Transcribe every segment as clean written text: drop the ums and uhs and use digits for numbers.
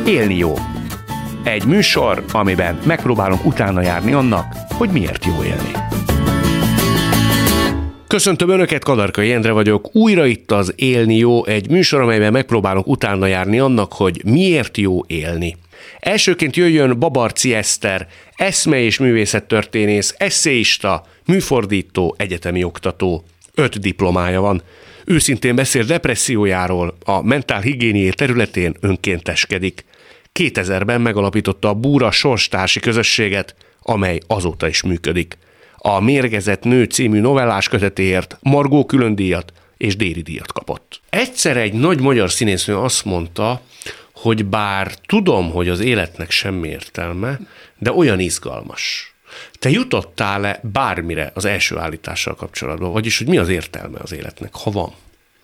Élni jó. Egy műsor, amiben megpróbálunk utána járni annak, hogy miért jó élni. Köszöntöm Önöket, Kadarkai Endre vagyok. Újra itt az Élni jó, egy műsor, amelyben megpróbálunk utána járni annak, hogy miért jó élni. Elsőként jöjjön Babarczy Eszter, eszme- és művészettörténész, esszéista, műfordító, egyetemi oktató. 5 diplomája van. Őszintén beszél depressziójáról, a mentálhigiénié területén önkénteskedik. 2000-ben megalapította a Búra sorstársi közösséget, amely azóta is működik. A Mérgezett nő című novellás kötetéért Margó különdíjat és Déri díjat kapott. Egyszer egy nagy magyar színésznő azt mondta, hogy bár tudom, hogy az életnek semmi értelme, de olyan izgalmas. Te jutottál-e bármire az első állítással kapcsolatban, vagyis hogy mi az értelme az életnek, ha van?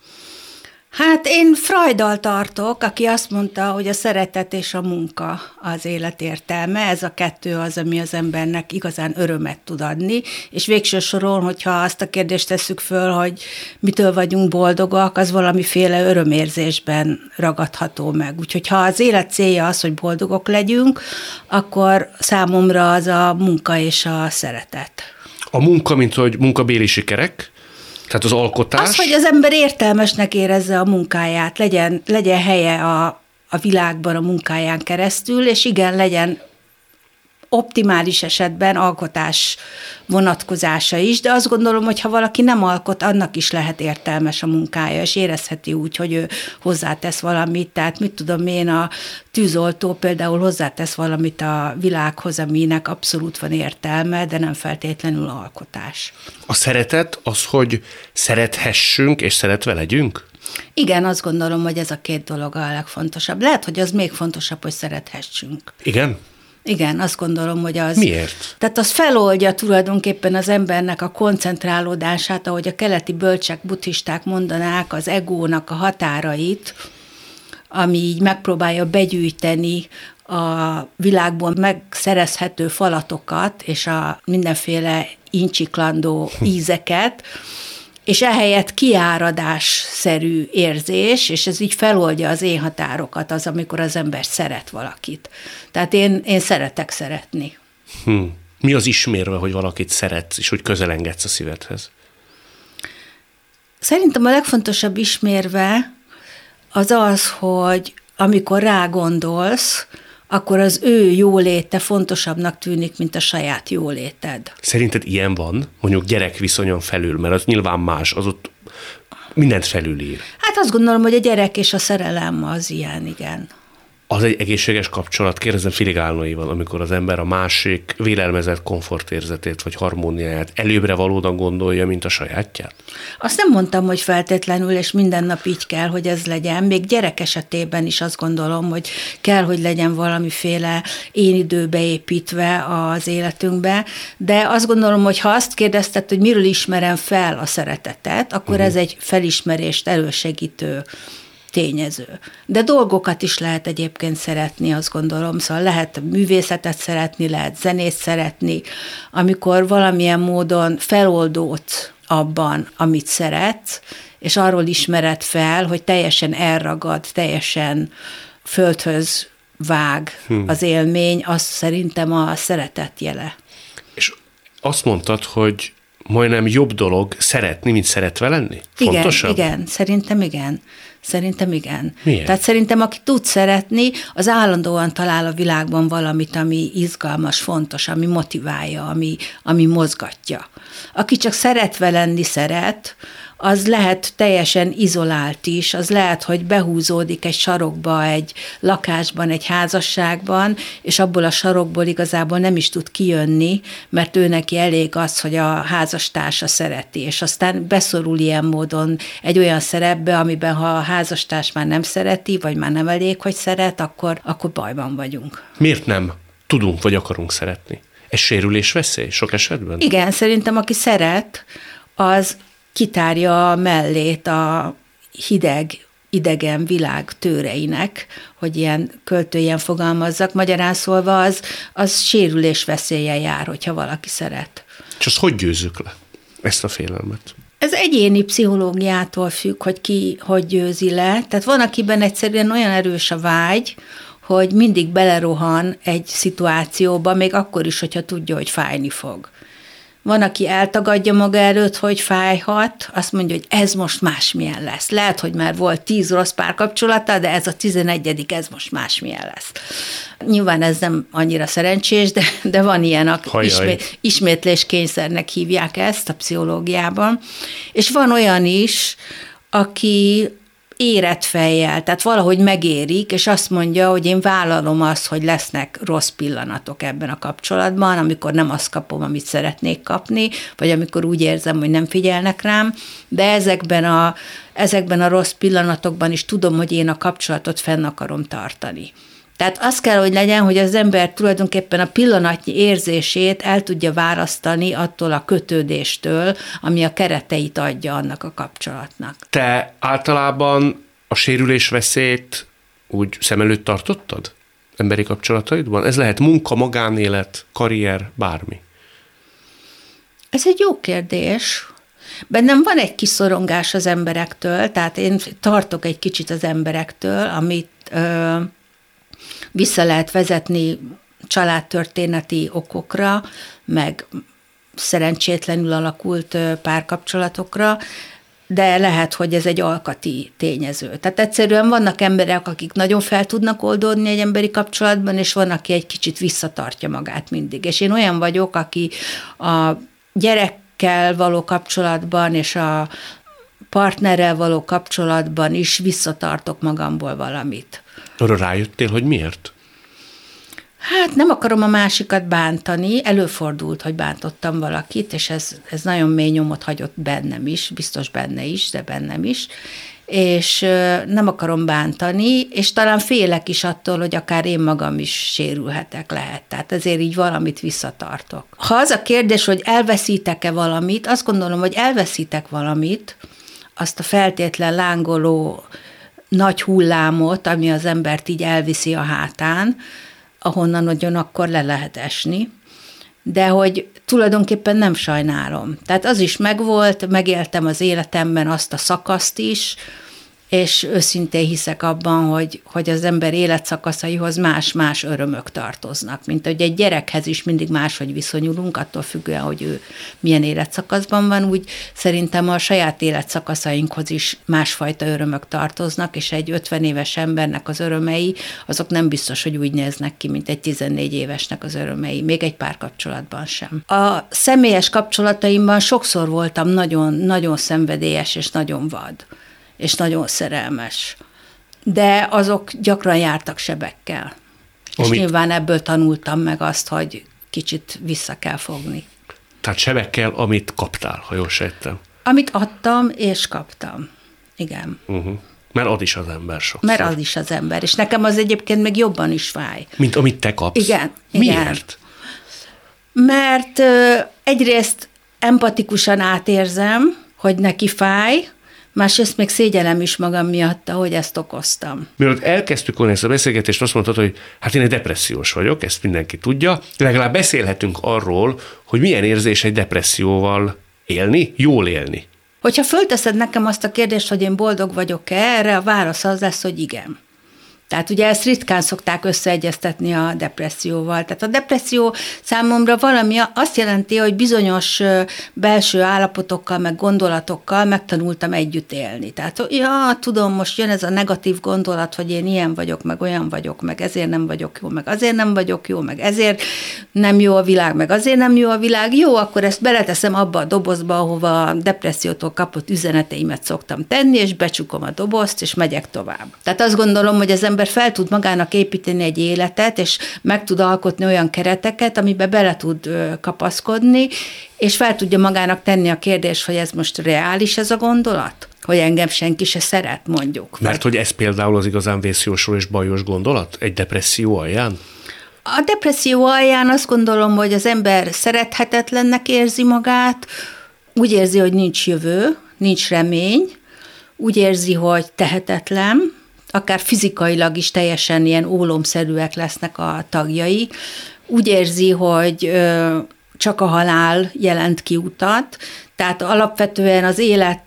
Hát én Freuddal tartok, aki azt mondta, hogy a szeretet és a munka az élet értelme, ez a kettő az, ami az embernek igazán örömet tud adni, és végső soron, hogyha azt a kérdést tesszük föl, hogy mitől vagyunk boldogak, az valamiféle örömérzésben ragadható meg. Úgyhogy ha az élet célja az, hogy boldogok legyünk, akkor számomra az a munka és a szeretet. A munka, mint hogy munkabéli sikerek? Tehát az alkotás? Az, hogy az ember értelmesnek érezze a munkáját, legyen helye a világban a munkáján keresztül, és igen, legyen optimális esetben alkotás vonatkozása is, de azt gondolom, hogy ha valaki nem alkot, annak is lehet értelmes a munkája, és érezheti úgy, hogy ő hozzátesz valamit, tehát mit tudom én, a tűzoltó például hozzátesz valamit a világhoz, aminek abszolút van értelme, de nem feltétlenül alkotás. A szeretet az, hogy szerethessünk és szeretve legyünk? Igen, azt gondolom, hogy ez a 2 dolog a legfontosabb. Lehet, hogy az még fontosabb, hogy szerethessünk. Igen? Igen, azt gondolom, hogy az... Miért? Tehát az feloldja tulajdonképpen az embernek a koncentrálódását, ahogy a keleti bölcsek, buddhisták mondanák, az egónak a határait, ami így megpróbálja begyűjteni a világból megszerezhető falatokat, és a mindenféle incsiklandó ízeket, és ehelyett kiáradásszerű érzés, és ez így feloldja az én határokat, az, amikor az ember szeret valakit. Tehát én szeretek szeretni. Mi az ismérve, hogy valakit szeretsz, és hogy közelengedsz a szívedhez? Szerintem a legfontosabb ismérve az az, hogy amikor rágondolsz, akkor az ő jóléte fontosabbnak tűnik, mint a saját jóléted. Szerinted ilyen van? Mondjuk gyerekviszonyon felül, mert az nyilván más, az ott mindent felülír. Hát azt gondolom, hogy a gyerek és a szerelem az ilyen, igen. Az egy egészséges kapcsolat, kérdezem Filigálnóival, amikor az ember a másik vélelmezett komfortérzetét vagy harmóniáját előbbre valódan gondolja, mint a sajátját? Azt nem mondtam, hogy feltétlenül, és minden nap így kell, hogy ez legyen. Még gyerek esetében is azt gondolom, hogy kell, hogy legyen valamiféle én időbe építve az életünkbe, de azt gondolom, hogy ha azt kérdezted, hogy miről ismerem fel a szeretetet, akkor ez egy felismerést elősegítő tényező. De dolgokat is lehet egyébként szeretni, azt gondolom, szóval lehet művészetet szeretni, lehet zenét szeretni, amikor valamilyen módon feloldódsz abban, amit szeretsz, és arról ismered fel, hogy teljesen elragad, teljesen földhöz vág az élmény, az szerintem a szeretet jele. És azt mondtad, hogy majdnem jobb dolog szeretni, mint szeretve lenni? Fontosabb? Igen, szerintem igen. Szerintem igen. Miért? Tehát szerintem, aki tud szeretni, az állandóan talál a világban valamit, ami izgalmas, fontos, ami motiválja, ami mozgatja. Aki csak szeretve lenni szeret, az lehet teljesen izolált is, az lehet, hogy behúzódik egy sarokba, egy lakásban, egy házasságban, és abból a sarokból igazából nem is tud kijönni, mert ő neki elég az, hogy a házastársa szereti, és aztán beszorul ilyen módon egy olyan szerepbe, amiben ha a házastárs már nem szereti, vagy már nem elég, hogy szeret, akkor bajban vagyunk. Miért nem tudunk vagy akarunk szeretni? Ez sérülés veszély sok esetben? Igen, szerintem aki szeret, az kitárja a mellét a hideg, idegen világ tőreinek, hogy ilyen költőjen fogalmazzak. Magyarán szólva az sérülés veszélye jár, hogyha valaki szeret. És azt hogy győzzük le, ezt a félelmet? Ez egyéni pszichológiától függ, hogy ki hogy győzi le. Tehát van, akiben egyszerűen olyan erős a vágy, hogy mindig belerohan egy szituációba, még akkor is, hogyha tudja, hogy fájni fog. Van, aki eltagadja maga előtt, hogy fájhat, azt mondja, hogy ez most másmilyen lesz. Lehet, hogy már volt 10 rossz párkapcsolata, de ez a 11. ez most másmilyen lesz. Nyilván ez nem annyira szerencsés, de van ilyen, ismétléskényszernek hívják ezt a pszichológiában. És van olyan is, aki érett fejjel, tehát valahogy megérik, és azt mondja, hogy én vállalom azt, hogy lesznek rossz pillanatok ebben a kapcsolatban, amikor nem azt kapom, amit szeretnék kapni, vagy amikor úgy érzem, hogy nem figyelnek rám, de ezekben a rossz pillanatokban is tudom, hogy én a kapcsolatot fenn akarom tartani. Tehát az kell, hogy legyen, hogy az ember tulajdonképpen a pillanatnyi érzését el tudja választani attól a kötődéstől, ami a kereteit adja annak a kapcsolatnak. Te általában a sérülés veszélyt úgy szem előtt tartottad emberi kapcsolataidban? Ez lehet munka, magánélet, karrier, bármi. Ez egy jó kérdés. Bennem van egy kis szorongás az emberektől, tehát én tartok egy kicsit az emberektől, amit vissza lehet vezetni családtörténeti okokra, meg szerencsétlenül alakult párkapcsolatokra, de lehet, hogy ez egy alkati tényező. Tehát egyszerűen vannak emberek, akik nagyon fel tudnak oldódni egy emberi kapcsolatban, és van, aki egy kicsit visszatartja magát mindig. És én olyan vagyok, aki a gyerekkel való kapcsolatban és a partnerrel való kapcsolatban is visszatartok magamból valamit. Arra rájöttél, hogy miért? Hát nem akarom a másikat bántani, előfordult, hogy bántottam valakit, és ez nagyon mély nyomot hagyott bennem is, biztos benne is, de bennem is, és nem akarom bántani, és talán félek is attól, hogy akár én magam is sérülhetek lehet, tehát ezért így valamit visszatartok. Ha az a kérdés, hogy elveszítek-e valamit, azt gondolom, hogy elveszítek valamit, azt a feltétlen lángoló nagy hullámot, ami az embert így elviszi a hátán, ahonnan ugyanakkor le lehet esni, de hogy tulajdonképpen nem sajnálom. Tehát az is megvolt, megéltem az életemben azt a szakaszt is, és őszintén hiszek abban, hogy az ember életszakaszaihoz más-más örömök tartoznak, mint hogy egy gyerekhez is mindig máshogy viszonyulunk, attól függően, hogy ő milyen életszakaszban van, úgy szerintem a saját életszakaszainkhoz is másfajta örömök tartoznak, és egy 50 éves embernek az örömei, azok nem biztos, hogy úgy néznek ki, mint egy 14 évesnek az örömei, még egy párkapcsolatban sem. A személyes kapcsolataimban sokszor voltam nagyon szenvedélyes és nagyon vad, és nagyon szerelmes. De azok gyakran jártak sebekkel. És nyilván ebből tanultam meg azt, hogy kicsit vissza kell fogni. Tehát sebekkel, amit kaptál, ha jól sejtem. Amit adtam, és kaptam. Igen. Mert ad is az ember sokszor. Mert ad is az ember, és nekem az egyébként meg jobban is fáj. Mint amit te kapsz? Igen. Miért? Mert egyrészt empatikusan átérzem, hogy neki fáj, másrészt még szégyellem is magam miatt, hogy ezt okoztam. Mielőtt elkezdtük volna ezt a beszélgetést, azt mondtad, hogy hát én egy depressziós vagyok, ezt mindenki tudja, legalább beszélhetünk arról, hogy milyen érzés egy depresszióval élni, jól élni. Hogyha fölteszed nekem azt a kérdést, hogy én boldog vagyok-e, erre a válasz az lesz, hogy igen. Tehát ugye ezt ritkán szokták összeegyeztetni a depresszióval. Tehát a depresszió számomra valami azt jelenti, hogy bizonyos belső állapotokkal, meg gondolatokkal megtanultam együtt élni. Tehát tudom, most jön ez a negatív gondolat, hogy én ilyen vagyok, meg olyan vagyok, meg ezért nem vagyok jó, meg azért nem vagyok jó, meg ezért nem jó a világ, meg azért nem jó a világ. Jó, akkor ezt beleteszem abba a dobozba, ahova a depressziótól kapott üzeneteimet szoktam tenni, és becsukom a dobozt, és megyek tovább. Tehát azt gondolom, hogy az ember fel tud magának építeni egy életet, és meg tud alkotni olyan kereteket, amiben bele tud kapaszkodni, és fel tudja magának tenni a kérdést, hogy ez most reális ez a gondolat? Hogy engem senki se szeret, mondjuk. Mert hogy ez például az igazán vészjósról és bajos gondolat? Egy depresszió alján? A depresszió alján azt gondolom, hogy az ember szerethetetlennek érzi magát, úgy érzi, hogy nincs jövő, nincs remény, úgy érzi, hogy tehetetlen, akár fizikailag is teljesen ilyen ólomszerűek lesznek a tagjai. Úgy érzi, hogy csak a halál jelent ki utat, tehát alapvetően az élet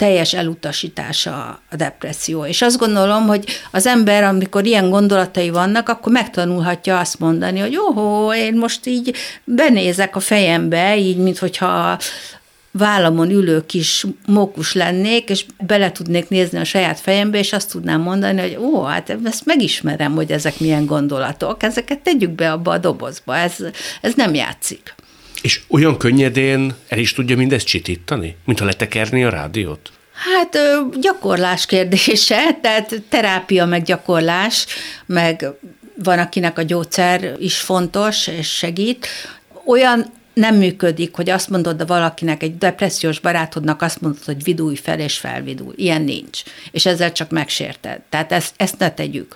teljes elutasítása a depresszió. És azt gondolom, hogy az ember, amikor ilyen gondolatai vannak, akkor megtanulhatja azt mondani, hogy én most így benézek a fejembe, így, minthogyha vállamon ülő kis mókus lennék, és bele tudnék nézni a saját fejembe, és azt tudnám mondani, hogy hát ezt megismerem, hogy ezek milyen gondolatok, ezeket tegyük be abba a dobozba, ez nem játszik. És olyan könnyedén el is tudja mindezt csitítani, mintha letekerni a rádiót? Hát gyakorlás kérdése, tehát terápia meg gyakorlás, meg van, akinek a gyógyszer is fontos, és segít. Olyan nem működik, hogy azt mondod valakinek, egy depressziós barátodnak azt mondod, hogy vidulj fel és felvidul. Ilyen nincs. És ezzel csak megsérted. Tehát ezt ne tegyük.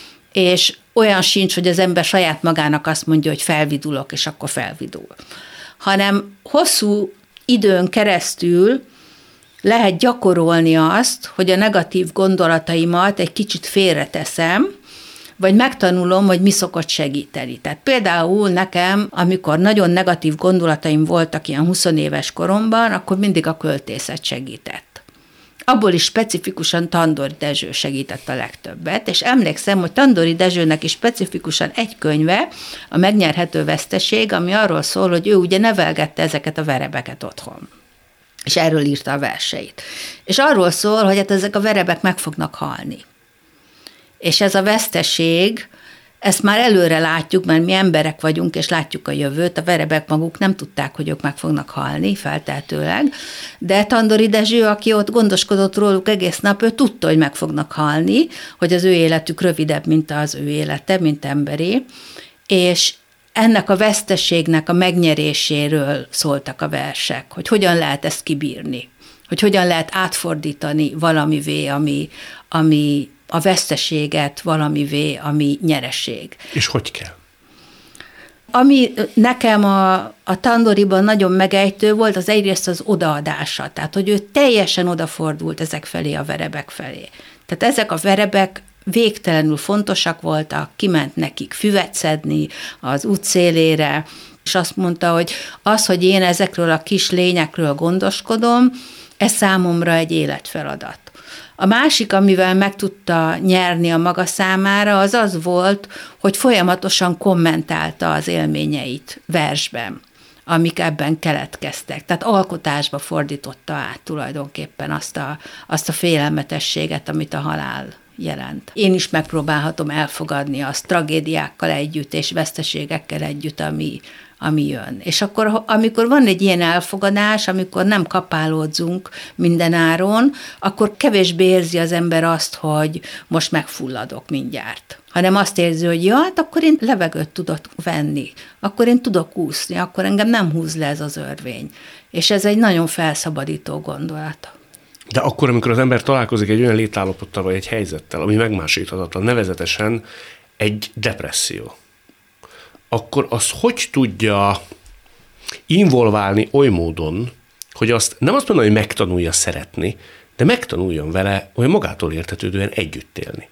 És olyan sincs, hogy az ember saját magának azt mondja, hogy felvidulok, és akkor felvidul. Hanem hosszú időn keresztül lehet gyakorolni azt, hogy a negatív gondolataimat egy kicsit félreteszem, vagy megtanulom, hogy mi szokott segíteni. Tehát például nekem, amikor nagyon negatív gondolataim voltak ilyen 20 éves koromban, akkor mindig a költészet segített. Abból is specifikusan Tandori Dezső segített a legtöbbet, és emlékszem, hogy Tandori Dezsőnek is specifikusan egy könyve, a Megnyerhető veszteség, ami arról szól, hogy ő ugye nevelgette ezeket a verebeket otthon. És erről írta a verseit. És arról szól, hogy hát ezek a verebek meg fognak halni. És ez a veszteség, ezt már előre látjuk, mert mi emberek vagyunk, és látjuk a jövőt, a verebek maguk nem tudták, hogy ők meg fognak halni, feltehetőleg, de Tandori Dezső, aki ott gondoskodott róluk egész nap, ő tudta, hogy meg fognak halni, hogy az ő életük rövidebb, mint az ő élete, mint emberé, és ennek a veszteségnek a megnyeréséről szóltak a versek, hogy hogyan lehet ezt kibírni, hogy hogyan lehet átfordítani valamivé, ami a veszteséget valamivé, ami nyereség. És hogy kell? Ami nekem a Tandoriban nagyon megejtő volt, az egyrészt az odaadása, tehát hogy ő teljesen odafordult ezek felé, a verebek felé. Tehát ezek a verebek végtelenül fontosak voltak, kiment nekik füvet szedni az útszélére, és azt mondta, hogy az, hogy én ezekről a kis lényekről gondoskodom, ez számomra egy életfeladat. A másik, amivel meg tudta nyerni a maga számára, az az volt, hogy folyamatosan kommentálta az élményeit versben, amik ebben keletkeztek. Tehát alkotásba fordította át tulajdonképpen azt a félelmetességet, amit a halál jelent. Én is megpróbálhatom elfogadni azt tragédiákkal együtt és veszteségekkel együtt, ami jön. És akkor, amikor van egy ilyen elfogadás, amikor nem kapálódzunk mindenáron, akkor kevésbé érzi az ember azt, hogy most megfulladok mindjárt. Hanem azt érzi, hogy hát akkor én levegőt tudok venni, akkor én tudok úszni, akkor engem nem húz le ez az örvény. És ez egy nagyon felszabadító gondolat. De akkor, amikor az ember találkozik egy olyan létállapottal vagy egy helyzettel, ami megmásíthatatlan, nevezetesen egy depresszió, akkor azt hogy tudja involválni oly módon, hogy azt nem azt mondom, hogy megtanulja szeretni, de megtanuljon vele olyan magától értetődően együtt élni.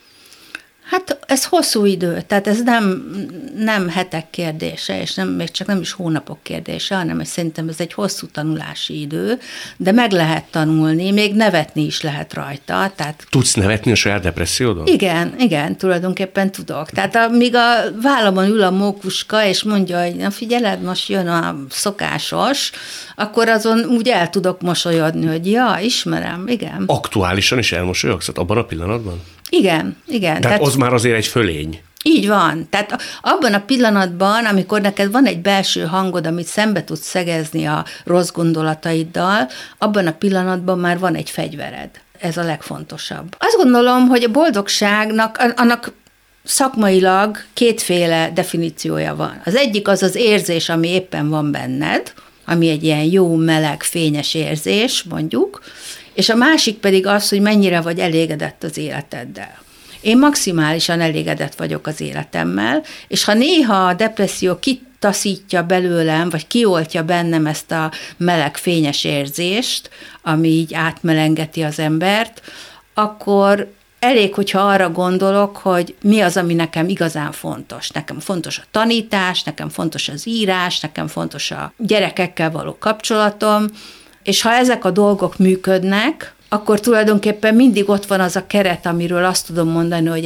Hát ez hosszú idő, tehát ez nem hetek kérdése, és még csak nem is hónapok kérdése, hanem szerintem ez egy hosszú tanulási idő, de meg lehet tanulni, még nevetni is lehet rajta. Tehát... Tudsz nevetni a saját depressziódon? Igen, tulajdonképpen tudok. Tehát amíg a vállamon ül a mókuska, és mondja, hogy na figyeled, most jön a szokásos, akkor azon úgy el tudok mosolyodni, hogy ja, ismerem, igen. Aktuálisan is elmosolyogsz abban a pillanatban? Igen. Tehát az már azért egy fölény. Így van. Tehát abban a pillanatban, amikor neked van egy belső hangod, amit szembe tudsz szegezni a rossz gondolataiddal, abban a pillanatban már van egy fegyvered. Ez a legfontosabb. Azt gondolom, hogy a boldogságnak, annak szakmailag kétféle definíciója van. Az egyik az az érzés, ami éppen van benned, ami egy ilyen jó, meleg, fényes érzés, mondjuk, és a másik pedig az, hogy mennyire vagy elégedett az életeddel. Én maximálisan elégedett vagyok az életemmel, és ha néha a depresszió kitaszítja belőlem, vagy kioltja bennem ezt a meleg, fényes érzést, ami így átmelengeti az embert, akkor elég, hogyha arra gondolok, hogy mi az, ami nekem igazán fontos. Nekem fontos a tanítás, nekem fontos az írás, nekem fontos a gyerekekkel való kapcsolatom, És ha ezek a dolgok működnek, akkor tulajdonképpen mindig ott van az a keret, amiről azt tudom mondani, hogy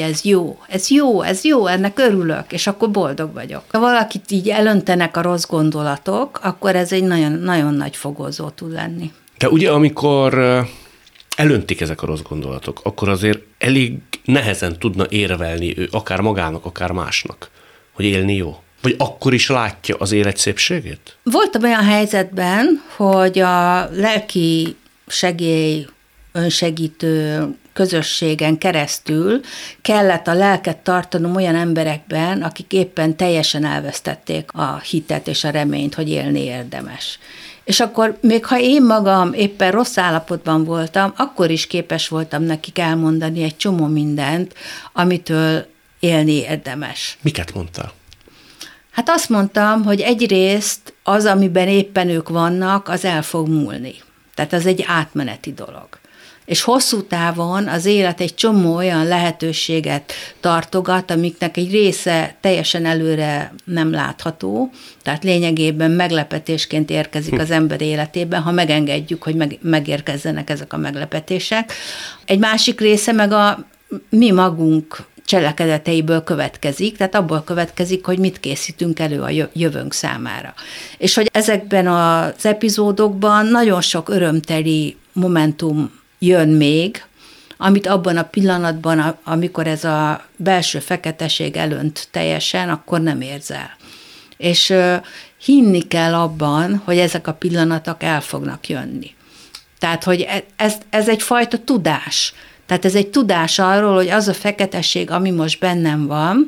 ez jó, ennek örülök, és akkor boldog vagyok. Ha valakit így elöntenek a rossz gondolatok, akkor ez egy nagyon, nagyon nagy fogózó tud lenni. De ugye, amikor elöntik ezek a rossz gondolatok, akkor azért elég nehezen tudna érvelni ő, akár magának, akár másnak, hogy élni jó. Vagy akkor is látja az élet szépségét? Voltam olyan helyzetben, hogy a lelki segély önsegítő közösségen keresztül kellett a lelket tartanom olyan emberekben, akik éppen teljesen elvesztették a hitet és a reményt, hogy élni érdemes. És akkor még ha én magam éppen rossz állapotban voltam, akkor is képes voltam nekik elmondani egy csomó mindent, amitől élni érdemes. Miket mondtál? Hát azt mondtam, hogy egyrészt az, amiben éppen ők vannak, az el fog múlni. Tehát az egy átmeneti dolog. És hosszú távon az élet egy csomó olyan lehetőséget tartogat, amiknek egy része teljesen előre nem látható, tehát lényegében meglepetésként érkezik az ember életében, ha megengedjük, hogy megérkezzenek ezek a meglepetések. Egy másik része meg a mi magunk cselekedeteiből következik, tehát abból következik, hogy mit készítünk elő a jövőnk számára. És hogy ezekben az epizódokban nagyon sok örömteli momentum jön még, amit abban a pillanatban, amikor ez a belső feketeség elönt teljesen, akkor nem érzel. És hinni kell abban, hogy ezek a pillanatok el fognak jönni. Tehát, hogy ez egyfajta tudás. Tehát ez egy tudás arról, hogy az a feketesség, ami most bennem van,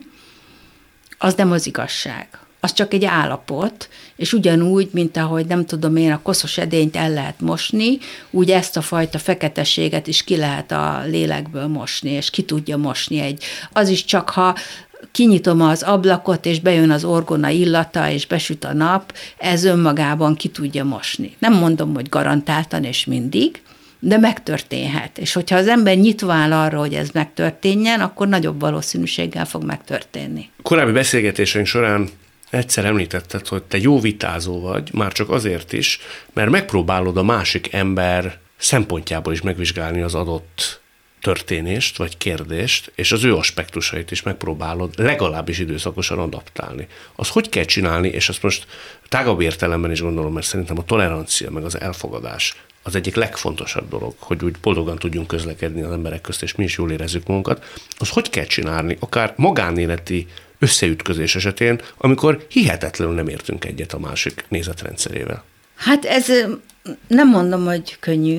az nem az igazság. Az csak egy állapot, és ugyanúgy, mint ahogy nem tudom én, a koszos edényt el lehet mosni, úgy ezt a fajta feketességet is ki lehet a lélekből mosni, és ki tudja mosni az is csak, ha kinyitom az ablakot, és bejön az orgona illata, és besüt a nap, ez önmagában ki tudja mosni. Nem mondom, hogy garantáltan és mindig, de megtörténhet. És hogyha az ember nyitva áll arra, hogy ez megtörténjen, akkor nagyobb valószínűséggel fog megtörténni. Korábbi beszélgetéseink során egyszer említetted, hogy te jó vitázó vagy, már csak azért is, mert megpróbálod a másik ember szempontjából is megvizsgálni az adott történést vagy kérdést, és az ő aspektusait is megpróbálod legalábbis időszakosan adaptálni. Az hogy kell csinálni, és azt most tágabb értelemben is gondolom, mert szerintem a tolerancia meg az elfogadás az egyik legfontosabb dolog, hogy úgy boldogan tudjunk közlekedni az emberek közt, és mi is jól érezzük magunkat, az hogy kell csinálni, akár magánéleti összeütközés esetén, amikor hihetetlenül nem értünk egyet a másik nézetrendszerével. Hát ez nem mondom, hogy könnyű.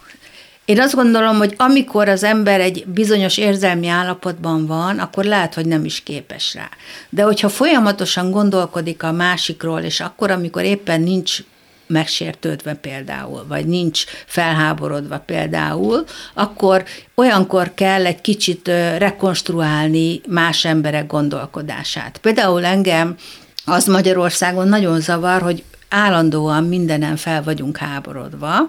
Én azt gondolom, hogy amikor az ember egy bizonyos érzelmi állapotban van, akkor lehet, hogy nem is képes rá. De hogyha folyamatosan gondolkodik a másikról, és akkor, amikor éppen nincs megsértődve például, vagy nincs felháborodva például, akkor olyankor kell egy kicsit rekonstruálni más emberek gondolkodását. Például engem az Magyarországon nagyon zavar, hogy állandóan mindenen fel vagyunk háborodva,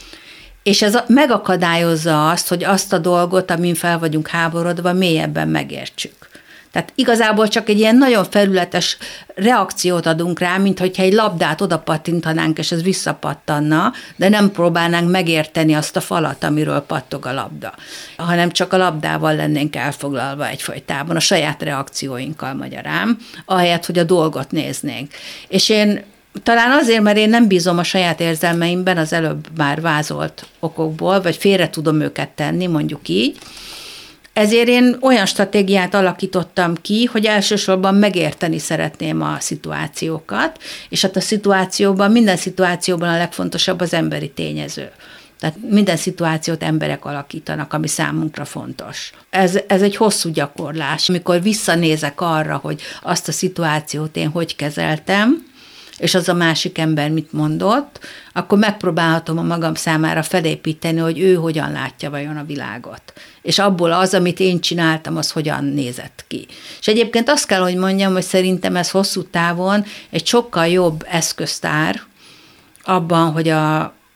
és ez megakadályozza azt, hogy azt a dolgot, amin fel vagyunk háborodva, mélyebben megértsük. Tehát igazából csak egy ilyen nagyon felületes reakciót adunk rá, mint hogyha egy labdát oda pattintanánk, és ez visszapattanna, de nem próbálnánk megérteni azt a falat, amiről pattog a labda, hanem csak a labdával lennénk elfoglalva egyfajtában, a saját reakcióinkkal magyarán, ahelyett, hogy a dolgot néznénk. És én talán azért, mert én nem bízom a saját érzelmeimben, az előbb már vázolt okokból, vagy félre tudom őket tenni, mondjuk így. Ezért én olyan stratégiát alakítottam ki, hogy elsősorban megérteni szeretném a szituációkat, és hát a szituációban, minden szituációban a legfontosabb az emberi tényező. Tehát minden szituációt emberek alakítanak, ami számunkra fontos. Ez egy hosszú gyakorlás. Amikor visszanézek arra, hogy azt a szituációt én hogy kezeltem, és az a másik ember mit mondott, akkor megpróbálhatom a magam számára felépíteni, hogy ő hogyan látja vajon a világot. És abból az, amit én csináltam, az hogyan nézett ki. És egyébként azt kell, hogy mondjam, hogy szerintem ez hosszú távon egy sokkal jobb eszköztár abban, hogy a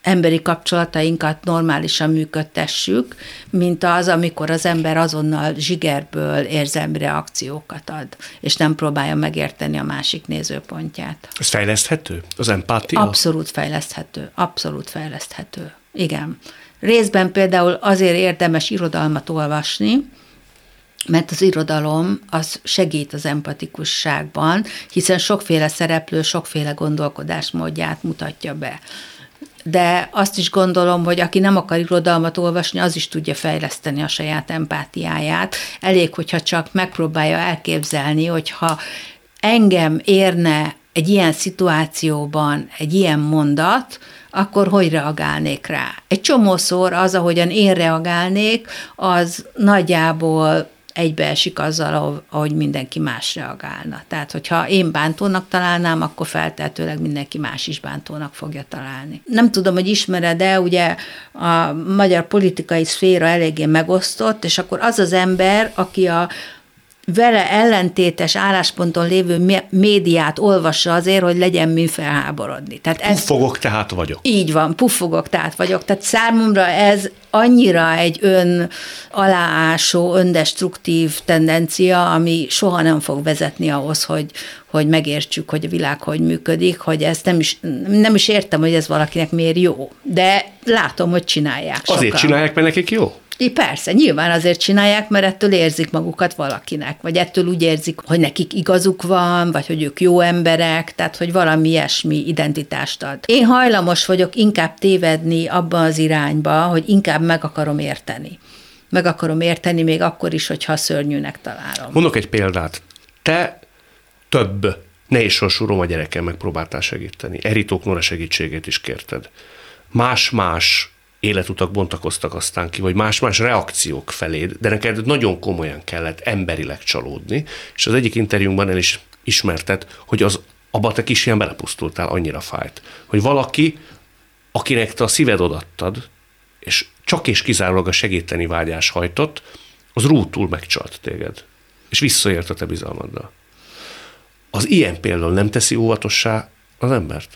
emberi kapcsolatainkat normálisan működtessük, mint az, amikor az ember azonnal zsigerből érzelmi reakciókat ad, és nem próbálja megérteni a másik nézőpontját. Ez fejleszthető? Az empátia? Abszolút fejleszthető. Igen. Részben például azért érdemes irodalmat olvasni, mert az irodalom az segít az empatikusságban, hiszen sokféle szereplő, sokféle gondolkodásmódját mutatja be. De azt is gondolom, hogy aki nem akar irodalmat olvasni, az is tudja fejleszteni a saját empátiáját. Elég, hogyha csak megpróbálja elképzelni, hogyha engem érne egy ilyen szituációban egy ilyen mondat, akkor hogy reagálnék rá? Egy csomószor az, ahogyan én reagálnék, az nagyjából egybeesik azzal, ahogy mindenki más reagálna. Tehát, hogyha én bántónak találnám, akkor feltehetőleg mindenki más is bántónak fogja találni. Nem tudom, hogy ismered-e, ugye a magyar politikai szféra eléggé megosztott, és akkor az az ember, aki a vele ellentétes állásponton lévő médiát olvassa azért, hogy legyen min felháborodni. Puffogok, tehát vagyok. Így van, puffogok, tehát vagyok. Tehát számomra ez annyira egy aláásó, öndestruktív tendencia, ami soha nem fog vezetni ahhoz, hogy megértsük, hogy a világ hogy működik, hogy ezt nem is értem, hogy ez valakinek miért jó. De látom, hogy csinálják sokan. Azért csinálják, mert nekik jó? Persze, nyilván azért csinálják, mert ettől érzik magukat valakinek, vagy ettől úgy érzik, hogy nekik igazuk van, vagy hogy ők jó emberek, tehát hogy valami ilyesmi identitást ad. Én hajlamos vagyok inkább tévedni abba az irányba, hogy inkább meg akarom érteni. Meg akarom érteni még akkor is, hogyha szörnyűnek találom. Mondok egy példát. Te több nehéz sorsú roma gyereken megpróbáltál segíteni. Eritók Nora segítségét is kérted. Más-más életutak bontakoztak aztán ki, vagy más-más reakciók feléd, de neked nagyon komolyan kellett emberileg csalódni, és az egyik interjúnkban el is ismerted, hogy abba te kis ilyen belepusztultál, annyira fájt, hogy valaki, akinek te a szíved odaadtad, és csak és kizárólag a segíteni vágyás hajtott, az rútul megcsalt téged, és visszaért a te bizalmaddal. Az ilyen például nem teszi óvatossá az embert?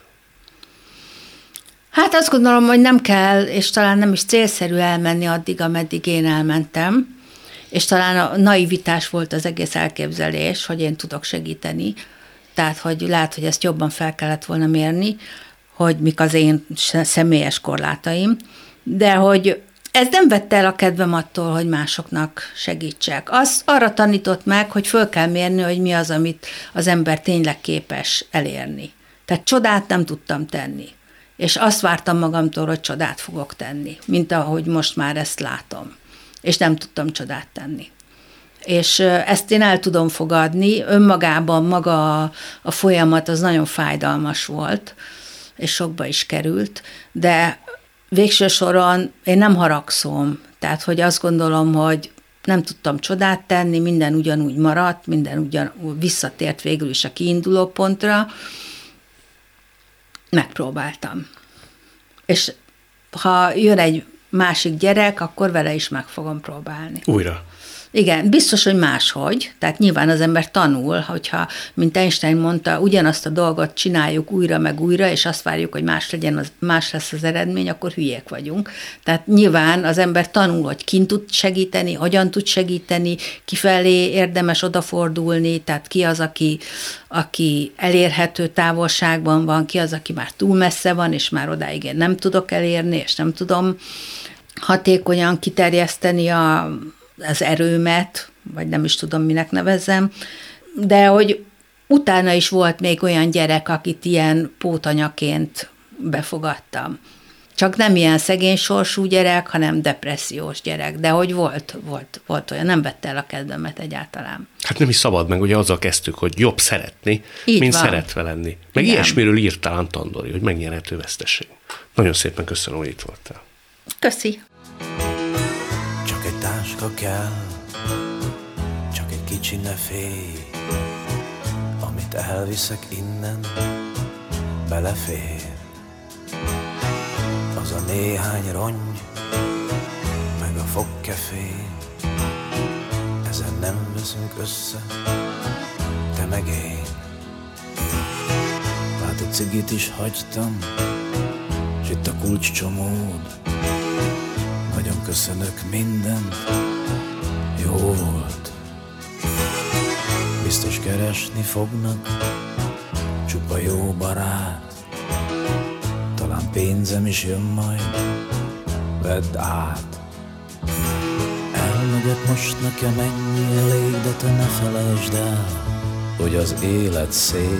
Hát azt gondolom, hogy nem kell, és talán nem is célszerű elmenni addig, ameddig én elmentem, és talán a naivitás volt az egész elképzelés, hogy én tudok segíteni, tehát hogy lehet, hogy ezt jobban fel kellett volna mérni, hogy mik az én személyes korlátaim, de hogy ez nem vette el a kedvem attól, hogy másoknak segítsek. Az arra tanított meg, hogy föl kell mérni, hogy mi az, amit az ember tényleg képes elérni. Tehát csodát nem tudtam tenni. És azt vártam magamtól, hogy csodát fogok tenni, mint ahogy most már ezt látom. És nem tudtam csodát tenni. És ezt én el tudom fogadni, önmagában maga a folyamat az nagyon fájdalmas volt, és sokba is került, de végső soron én nem haragszom, tehát hogy azt gondolom, hogy nem tudtam csodát tenni, minden ugyanúgy maradt, minden visszatért végül is a kiinduló pontra, megpróbáltam. És ha jön egy másik gyerek, akkor vele is meg fogom próbálni. Újra. Igen, biztos, hogy máshogy. Tehát nyilván az ember tanul, hogyha, mint Einstein mondta, ugyanazt a dolgot csináljuk újra meg újra, és azt várjuk, hogy más lesz az eredmény, akkor hülyék vagyunk. Tehát nyilván az ember tanul, hogy kint tud segíteni, hogyan tud segíteni, kifelé érdemes odafordulni, tehát ki az, aki elérhető távolságban van, ki az, aki már túl messze van, és már odáig én nem tudok elérni, és nem tudom hatékonyan kiterjeszteni az erőmet, vagy nem is tudom, minek nevezzem, de hogy utána is volt még olyan gyerek, akit ilyen pótanyaként befogadtam. Csak nem ilyen szegény sorsú gyerek, hanem depressziós gyerek, de hogy volt olyan, nem vette el a kedvemet egyáltalán. Hát nem is szabad meg, ugye azzal kezdtük, hogy jobb szeretni, így mint van. Szeretve lenni. Meg Igen. Ilyesmiről írt talán Tandori, hogy megnyerhető veszteség. Nagyon szépen köszönöm, hogy itt voltál. Köszi. Csak egy táska kell, csak egy kicsi ne félj, amit elviszek innen, belefér. Az a néhány rongy, meg a fogkefé, ezen nem veszünk össze, te meg én. Pár cigit is hagytam, s itt a kulcscsomód. Nagyon köszönök mindent, jó volt. Biztos keresni fognak, csupa jó barát. Talán pénzem is jön majd, vedd át. Elmegyek most, nekem ennyi elég, de te ne felejtsd el, hogy az élet szép.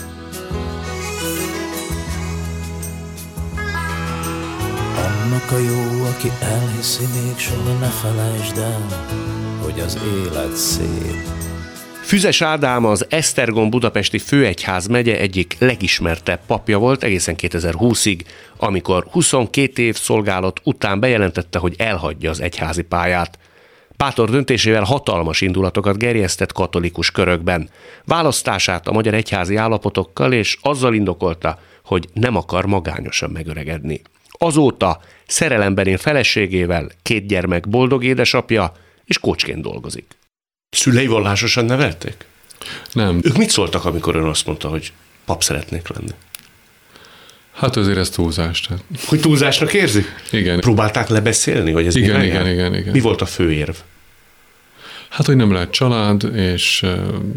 Annak a jó, aki elhiszi, még soha ne felejtsd el, hogy az élet szép. Füzes Ádám az Esztergom budapesti főegyházmegye egyik legismertebb papja volt egészen 2020-ig, amikor 22 év szolgálat után bejelentette, hogy elhagyja az egyházi pályát. Bátor döntésével hatalmas indulatokat gerjesztett katolikus körökben. Választását a magyar egyházi állapotokkal és azzal indokolta, hogy nem akar magányosan megöregedni. Azóta szerelemben él feleségével, 2 gyermek boldog édesapja, és coachként dolgozik. Szülei vallásosan nevelték? Nem. Ők mit szóltak, amikor ön azt mondta, hogy pap szeretnék lenni? Hát azért ez túlzás. Tehát. Hogy túlzásnak érzi? Igen. Próbálták lebeszélni, hogy ez igen. Mi volt a fő érv? Hát, hogy nem lehet család, és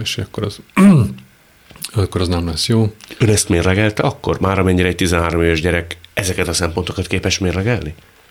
akkor az nem lesz jó. Ön ezt mérlegelte akkor? Már amennyire egy 13 éves gyerek ezeket a szempontokat képes mérlegelni?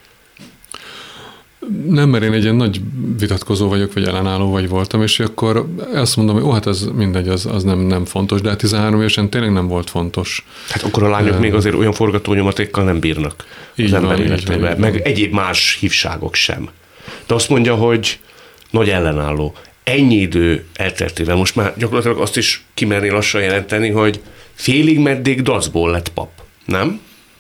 Nem, mert én egy ilyen nagy vitatkozó vagyok, vagy ellenálló vagy voltam, és akkor azt mondom, hogy hát ez mindegy, az nem fontos, de hát 13 évesen tényleg nem volt fontos. Hát akkor a lányok még azért olyan forgatónyomatékkal nem bírnak az ember életében, meg egyéb más hívságok sem. De azt mondja, hogy nagy ellenálló. Ennyi idő elteltével most már gyakorlatilag azt is kimerni lassan jelenteni, hogy félig meddig dacból lett pap, nem?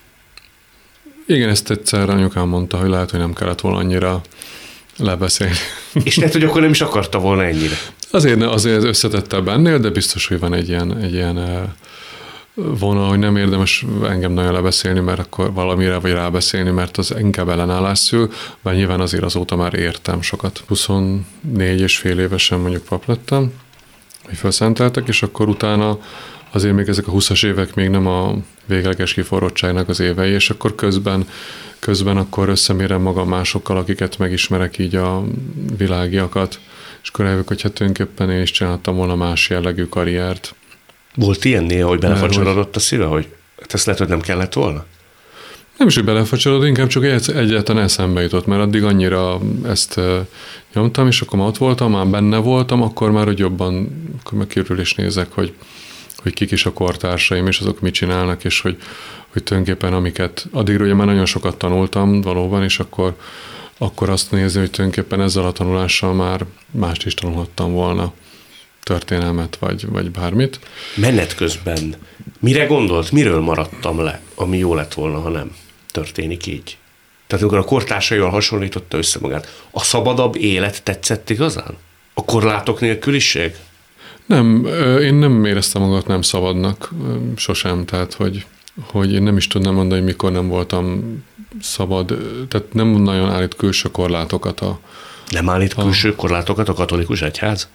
Igen, ezt egyszer anyukám mondta, hogy lehet, hogy nem kellett volna annyira lebeszélni. És lehet, hogy akkor nem is akarta volna ennyire. Azért összetettebb ennél, de biztos, hogy van egy ilyen vonal, hogy nem érdemes engem nagyon lebeszélni, mert akkor valamire vagy rábeszélni, mert az inkább ellenállás szül, mert nyilván azért azóta már értem sokat. 24 és fél évesen mondjuk pap lettem, hogy felszenteltek, és akkor utána azért még ezek a 20-as évek még nem a végleges kiforrottságnak az évei, és akkor közben akkor összemérem magam másokkal, akiket megismerek így a világiakat, és akkor eljövök, hogy hát tulajdonképpen én is csináltam volna más jellegű karriert. Volt ilyen néha, hogy belefacsarodott a szíve, hogy ezt lehet, hogy nem kellett volna? Nem is, hogy belefacsarodott, inkább csak egyáltalán eszembe jutott, mert addig annyira ezt nyomtam, és akkor már ott voltam, már benne voltam, akkor már hogy jobban akkor meg körül is nézek, hogy kik is a kortársaim, és azok mit csinálnak, és hogy tulajdonképpen amiket addigra ugye már nagyon sokat tanultam valóban, és akkor azt nézni, hogy tulajdonképpen ezzel a tanulással már mást is tanulhattam volna, történelmet, vagy bármit. Menet közben mire gondolt, miről maradtam le, ami jó lett volna, ha nem történik így? Tehát amikor a kortársaival hasonlította össze magát, a szabadabb élet tetszett igazán? A korlátok nélküliség? Nem, én nem éreztem magamat nem szabadnak sosem, tehát hogy én nem is tudnám mondani, hogy mikor nem voltam szabad, tehát nem nagyon állít külső korlátokat Nem állít külső korlátokat a katolikus egyház?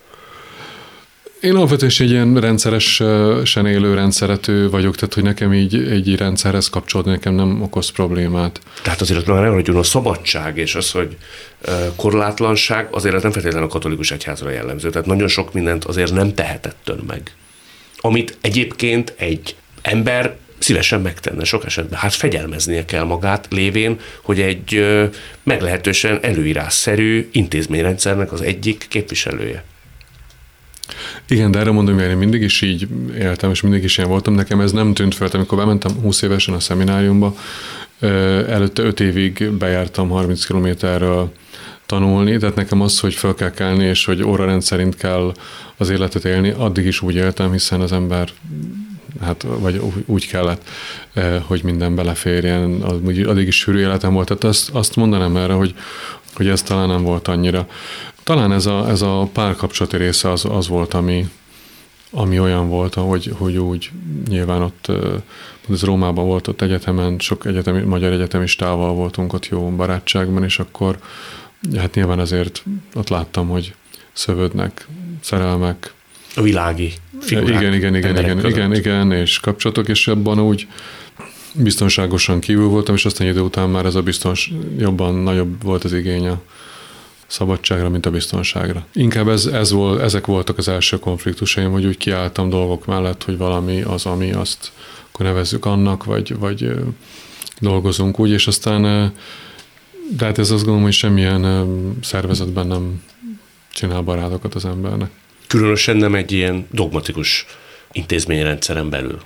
Én alapvetően egy ilyen rendszeresen élő rendszerető vagyok, tehát hogy nekem így egy rendszerhez kapcsolódni nekem nem okoz problémát. Tehát azért már elmaradjon a szabadság és az, hogy korlátlanság azért nem feltétlenül a katolikus egyházra jellemző. Tehát nagyon sok mindent azért nem tehetett ön meg. Amit egyébként egy ember szívesen megtenne sok esetben. Hát fegyelmeznie kell magát lévén, hogy egy meglehetősen előírásszerű intézményrendszernek az egyik képviselője. Igen, de erre mondom, hogy én mindig is így éltem, és mindig is ilyen voltam. Nekem ez nem tűnt fel, amikor bementem 20 évesen a szemináriumba, előtte 5 évig bejártam 30 kilométerről tanulni, tehát nekem az, hogy fel kell kelni, és hogy órarend szerint kell az életet élni, addig is úgy éltem, hiszen az ember vagy úgy kellett, hogy minden beleférjen, addig is sűrű életem volt. Tehát azt mondanám erre, hogy ez talán nem volt annyira. Talán ez a párkapcsolati része az volt, ami olyan volt, hogy úgy nyilván ott, ez Rómában volt ott egyetemen, sok magyar egyetemistával voltunk ott jó barátságban, és akkor hát nyilván azért ott láttam, hogy szövődnek szerelmek. A világi figurák. Igen, és kapcsolatok, és abban úgy biztonságosan kívül voltam, és aztán idő után már ez a jobban nagyobb volt az igény a szabadságra, mint a biztonságra. Inkább ezek voltak az első konfliktusaim, hogy úgy kiálltam dolgok mellett, hogy valami az, ami azt akkor nevezzük annak, vagy dolgozunk úgy, és aztán de hát ez azt gondolom, hogy semmilyen szervezetben nem csinál barátokat az embernek. Különösen nem egy ilyen dogmatikus intézményrendszeren belül.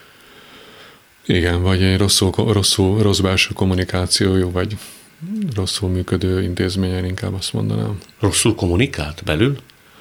Igen, vagy egy rossz belső kommunikációjú, vagy rosszul működő intézményen, inkább azt mondanám. Rosszul kommunikált belül?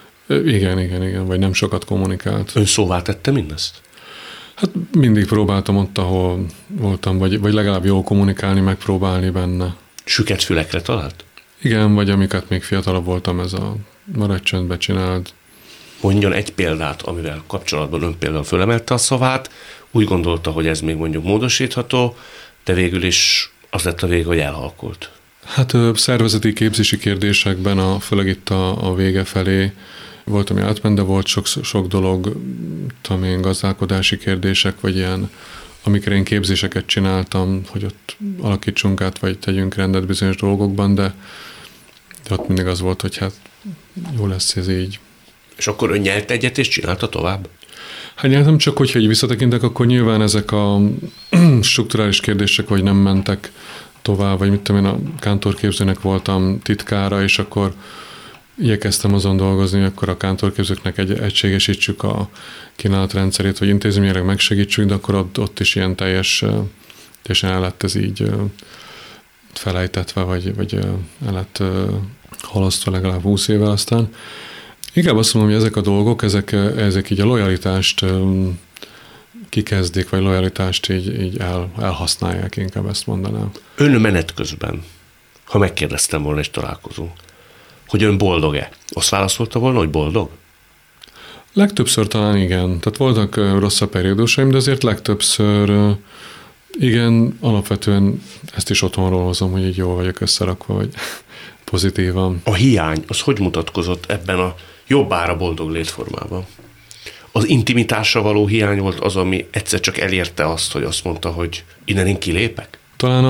Igen, vagy nem sokat kommunikált. Ön szóvá tette mindezt? Hát mindig próbáltam ott, ahol voltam, vagy legalább jól kommunikálni, megpróbálni benne. Süket fülekre talált? Igen, vagy amiket még fiatalabb voltam, ez a maradj csöndbe, csináld. Mondjon egy példát, amivel kapcsolatban ön például fölemelte a szavát, úgy gondolta, hogy ez még mondjuk módosítható, de végül is az lett a vége, hogy elhalkult. Hát szervezeti képzési kérdésekben, főleg itt a vége felé volt, ami átment, de volt sok dolog, tudom én, gazdálkodási kérdések, vagy ilyen, amikor én képzéseket csináltam, hogy ott alakítsunk át, vagy tegyünk rendet bizonyos dolgokban, de ott mindig az volt, hogy hát jó lesz ez így. És akkor ön nyert egyet, és csinálta tovább? Hát nyertem, csak hogyha így visszatekintek, akkor nyilván ezek a strukturális kérdések, vagy nem mentek tovább, vagy mit tudom én, a kántorképzőnek voltam titkára, és akkor igyekeztem azon dolgozni, hogy akkor a kántorképzőknek egységesítsük a kínálatrendszerét, vagy intézményileg megsegítsük, de akkor ott is ilyen teljesen el lett ez így felejtetve, vagy el lett halasztva legalább 20 évvel aztán. Inkább azt mondom, hogy ezek a dolgok, ezek így a lojalitást kikezdik, vagy lojalitást így elhasználják, inkább ezt mondanám. Ön menet közben, ha megkérdeztem volna és találkozunk, hogy ön boldog-e? Azt válaszolta volna, hogy boldog? Legtöbbször talán igen. Tehát voltak rosszabb periódusaim, de azért legtöbbször igen, alapvetően ezt is otthonról hozom, hogy így jól vagyok összerakva, vagy pozitívan. A hiány, az hogy mutatkozott ebben a jobbára boldog létformában? Az intimitásra való hiány volt az, ami egyszer csak elérte azt, hogy azt mondta, hogy innen én kilépek? Talán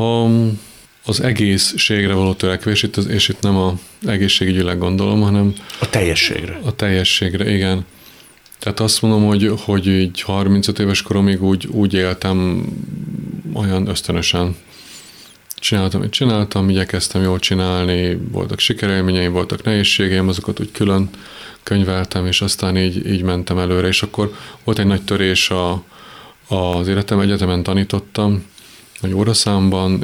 az egészségre való törekvés, és itt nem az egészségügyileg gondolom, hanem a teljességre. A teljességre, igen. Tehát azt mondom, hogy így 35 éves koromig úgy éltem olyan ösztönösen. Csináltam, igyekeztem jól csinálni, voltak sikerélményeim, voltak nehézségeim, azokat úgy külön könyveltem, és aztán így mentem előre, és akkor volt egy nagy törés az életem, egyetemen tanítottam, nagy óraszámban,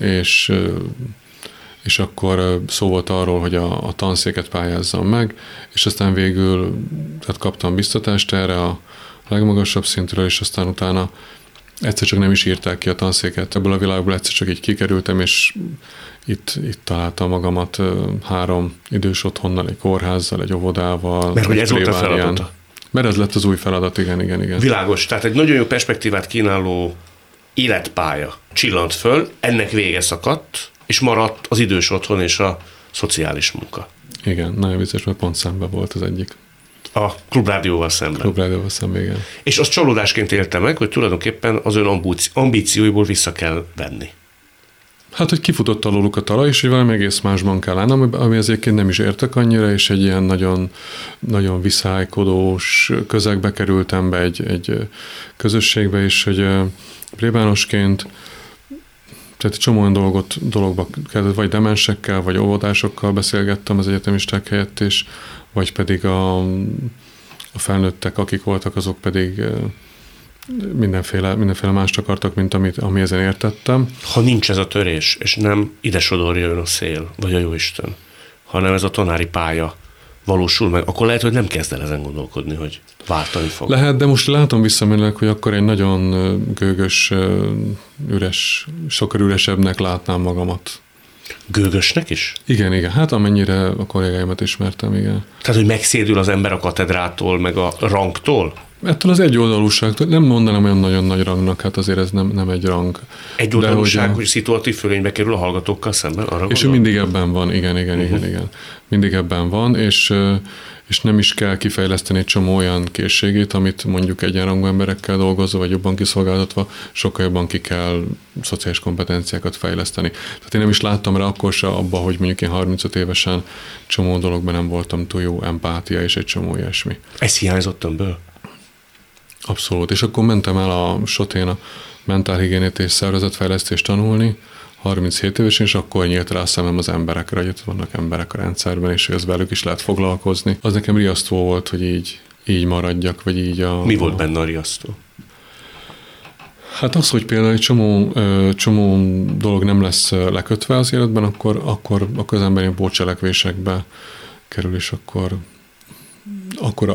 és akkor szó volt arról, hogy a tanszéket pályázzam meg, és aztán végül tehát kaptam biztatást erre a legmagasabb szintről, és aztán utána egyszer csak nem is írták ki a tanszéket. Ebből a világból egyszer csak így kikerültem, és itt találtam magamat 3 idős otthonnal, egy kórházzal, egy óvodával. Mert hogy ez volt a feladata. Mert ez lett az új feladat, igen. Világos, tehát egy nagyon jó perspektívát kínáló életpálya csillant föl, ennek vége szakadt, és maradt az idős otthon és a szociális munka. Igen, nagyon vicces, mert pont szemben volt az egyik. A Klubrádióval szemben. Igen. És azt csalódásként élte meg, hogy tulajdonképpen az ön ambícióiból vissza kell venni. Hát, hogy kifutott alóluk a talaj, és hogy valami egész másban kell állnom, ami azért nem is értek annyira, és egy ilyen nagyon, nagyon viszálykodós közegbe kerültem be egy közösségbe, és hogy plébánosként tehát egy csomó olyan dologba kellett, vagy demensekkel, vagy óvodásokkal beszélgettem az egyetemisták helyett, és vagy pedig a felnőttek, akik voltak, azok pedig mindenféle mást akartak, mint ami ezen értettem. Ha nincs ez a törés, és nem ide sodorja ön a szél, vagy a jóisten, hanem ez a tanári pálya valósul meg, akkor lehet, hogy nem kezd el ezen gondolkodni, hogy váltani fog. Lehet, de most látom visszamenőleg, hogy akkor egy nagyon gőgös, üres, sokkal üresebbnek látnám magamat. Gőgösnek is? Igen. Hát amennyire a kollégáimat ismertem, igen. Tehát, hogy megszédül az ember a katedrától, meg a rangtól? ettől az egyoldalúságtól nem mondanám olyan nagyon nagy rangnak, hát azért ez nem egy rang. Egyoldalúság, hogy szituatív fölénybe kerül a hallgatókkal szemben? Arra és ő mindig ebben van, igen. Mindig ebben van, és nem is kell kifejleszteni egy csomó olyan készségét, amit mondjuk egyenrangú emberekkel dolgozva, vagy jobban kiszolgáltatva, sokkal jobban ki kell szociális kompetenciákat fejleszteni. Tehát én nem is láttam rá akkor se abba, hogy mondjuk én 35 évesen csomó dologban nem voltam túl jó, empátia és egy csomó ilyesmi. Ez hiányzott önből? Abszolút. És akkor mentem el a SOT-én a mentálhigiénét és szervezetfejlesztést tanulni, 37 évesen, és akkor nyílt rá a szemem az emberekre, hogy itt vannak emberek a rendszerben, és hogy az velük is lehet foglalkozni. Az nekem riasztó volt, hogy így maradjak, vagy így Mi volt benne a riasztó? Hát az, hogy például egy csomó dolog nem lesz lekötve az életben, akkor az ember ilyen pótcselekvésekbe kerül, és akkor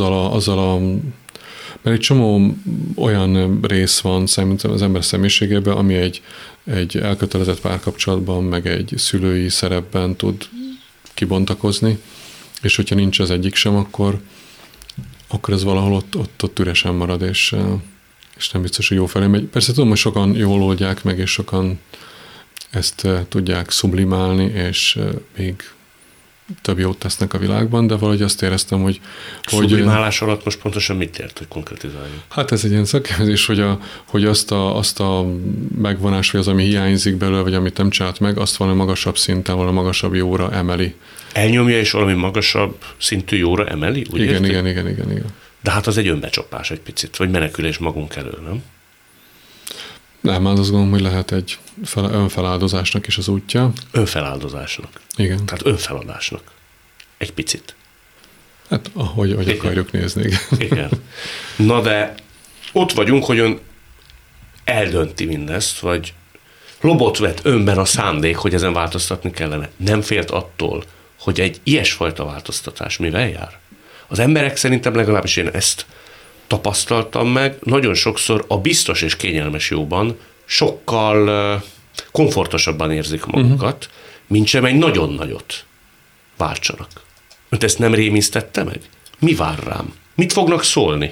mert egy csomó olyan rész van szerintem az ember személyiségében, ami egy elkötelezett párkapcsolatban, meg egy szülői szerepben tud kibontakozni, és hogyha nincs az egyik sem, akkor ez valahol ott üresen marad, és nem biztos, hogy jó felé megy. Persze tudom, hogy sokan jól oldják meg, és sokan ezt tudják sublimálni, és még több jót tesznek a világban, de valahogy azt éreztem, hogy... Sublimálás alatt most pontosan mit ért, hogy konkretizáljuk? Hát ez egy ilyen szakképzés, hogy azt a megvonás, vagy az, ami hiányzik belőle, vagy amit nem csinált meg, azt valami magasabb szinten, valami magasabb jóra emeli. Elnyomja, és valami magasabb szintű jóra emeli? Úgy Igen. De hát az egy önbecsapás egy picit, vagy menekülés magunk elől, nem? Nem, hát azt gondolom, hogy lehet egy önfeláldozásnak is az útja. Önfeláldozásnak. Igen. Tehát önfeladásnak. Egy picit. Hát, ahogy akarjuk nézni. Igen. Na de ott vagyunk, hogy ön eldönti mindezt, vagy lobot vet önben a szándék, hogy ezen változtatni kellene. Nem félt attól, hogy egy ilyesfajta változtatás mivel jár? Az emberek szerintem, legalábbis én ezt tapasztaltam meg, nagyon sokszor a biztos és kényelmes jóban sokkal komfortosabban érzik magukat, mint sem egy nagyon nagyot váltsanak. Önt ezt nem rémisztette meg? Mi vár rám? Mit fognak szólni?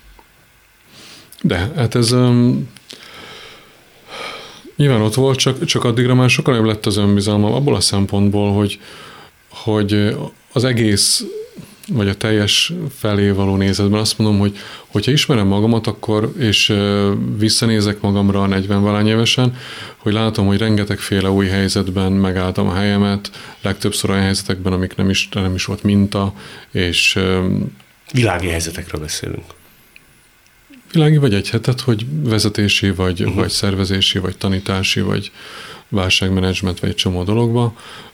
De hát ez nyilván ott volt, csak addigra már sokkal jobb lett az önbizalmam abból a szempontból, hogy az egész vagy a teljes felé való nézetben azt mondom, hogy hogyha ismerem magamat, akkor, és visszanézek magamra 40-valány évesen, hogy látom, hogy rengetegféle új helyzetben megálltam a helyemet, legtöbbször olyan helyzetekben, amik nem is volt minta, és... Világi helyzetekről beszélünk. Világi vagy egy hetet, hogy vezetési, vagy szervezési, vagy tanítási, vagy válságmenedzsment, vagy egy csomó dologba,